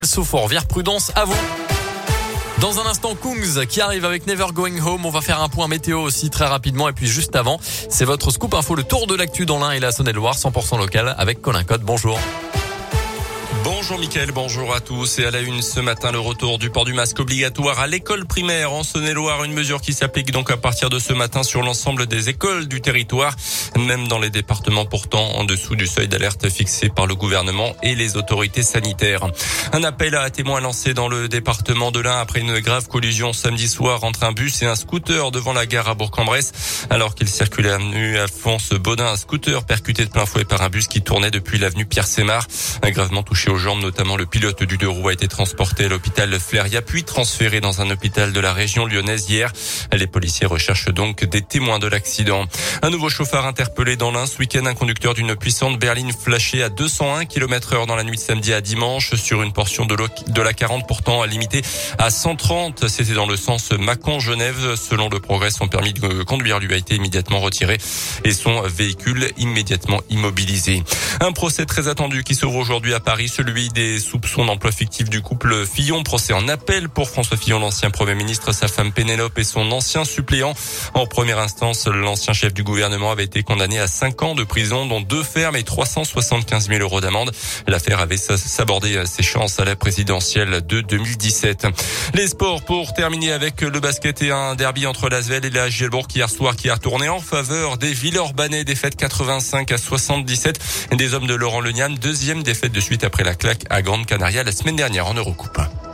Sauf Fourvière, prudence à vous. Dans un instant, Kungs qui arrive avec Never Going Home. On va faire un point météo aussi très rapidement. Et puis juste avant, c'est votre scoop info, le tour de l'actu dans l'Ain et la Saône-et-Loire, 100% local avec Colin Cotte. Bonjour. Bonjour Mickaël, bonjour à tous. Et à la une ce matin, le retour du port du masque obligatoire à l'école primaire en Saône-et-Loire. Une mesure qui s'applique donc à partir de ce matin sur l'ensemble des écoles du territoire, même dans les départements pourtant en dessous du seuil d'alerte fixé par le gouvernement et les autorités sanitaires. Un appel à témoins lancé dans le département de l'Ain après une grave collision samedi soir entre un bus et un scooter devant la gare à Bourg-en-Bresse. Alors qu'il circulait à l'avenue Alphonse-Baudin, un scooter percuté de plein fouet par un bus qui tournait depuis l'avenue Pierre-Sémar. Gravement touché aux jambes, notamment le pilote du deux roues a été transporté à l'hôpital Fléria, puis transféré dans un hôpital de la région lyonnaise hier. Les policiers recherchent donc des témoins de l'accident. Un nouveau chauffard interpellé dans l'Ain ce week-end, un conducteur d'une puissante berline flashée à 201 km/h dans la nuit de samedi à dimanche sur une portion de la 40 pourtant limitée à 130. C'était dans le sens Mâcon-Genève. Selon le Progrès, son permis de conduire lui a été immédiatement retiré et son véhicule immédiatement immobilisé. Un procès très attendu qui s'ouvre aujourd'hui à Paris, celui des soupçons d'emploi fictif du couple Fillon. Procès en appel pour François Fillon, l'ancien Premier ministre, sa femme Pénélope et son ancien suppléant. En première instance, l'ancien chef du gouvernement avait été condamné à 5 ans de prison, dont 2 fermes et 375 000 euros d'amende. L'affaire avait sabordé ses chances à la présidentielle de 2017. Les sports pour terminer avec le basket et un derby entre l'Asvel et la Gielbourg hier soir qui a tourné en faveur des Villeurbanais. Défaite 85-77 des hommes de Laurent Leniam. Deuxième défaite de suite après la claque à Grande Canaria la semaine dernière en Eurocoupe.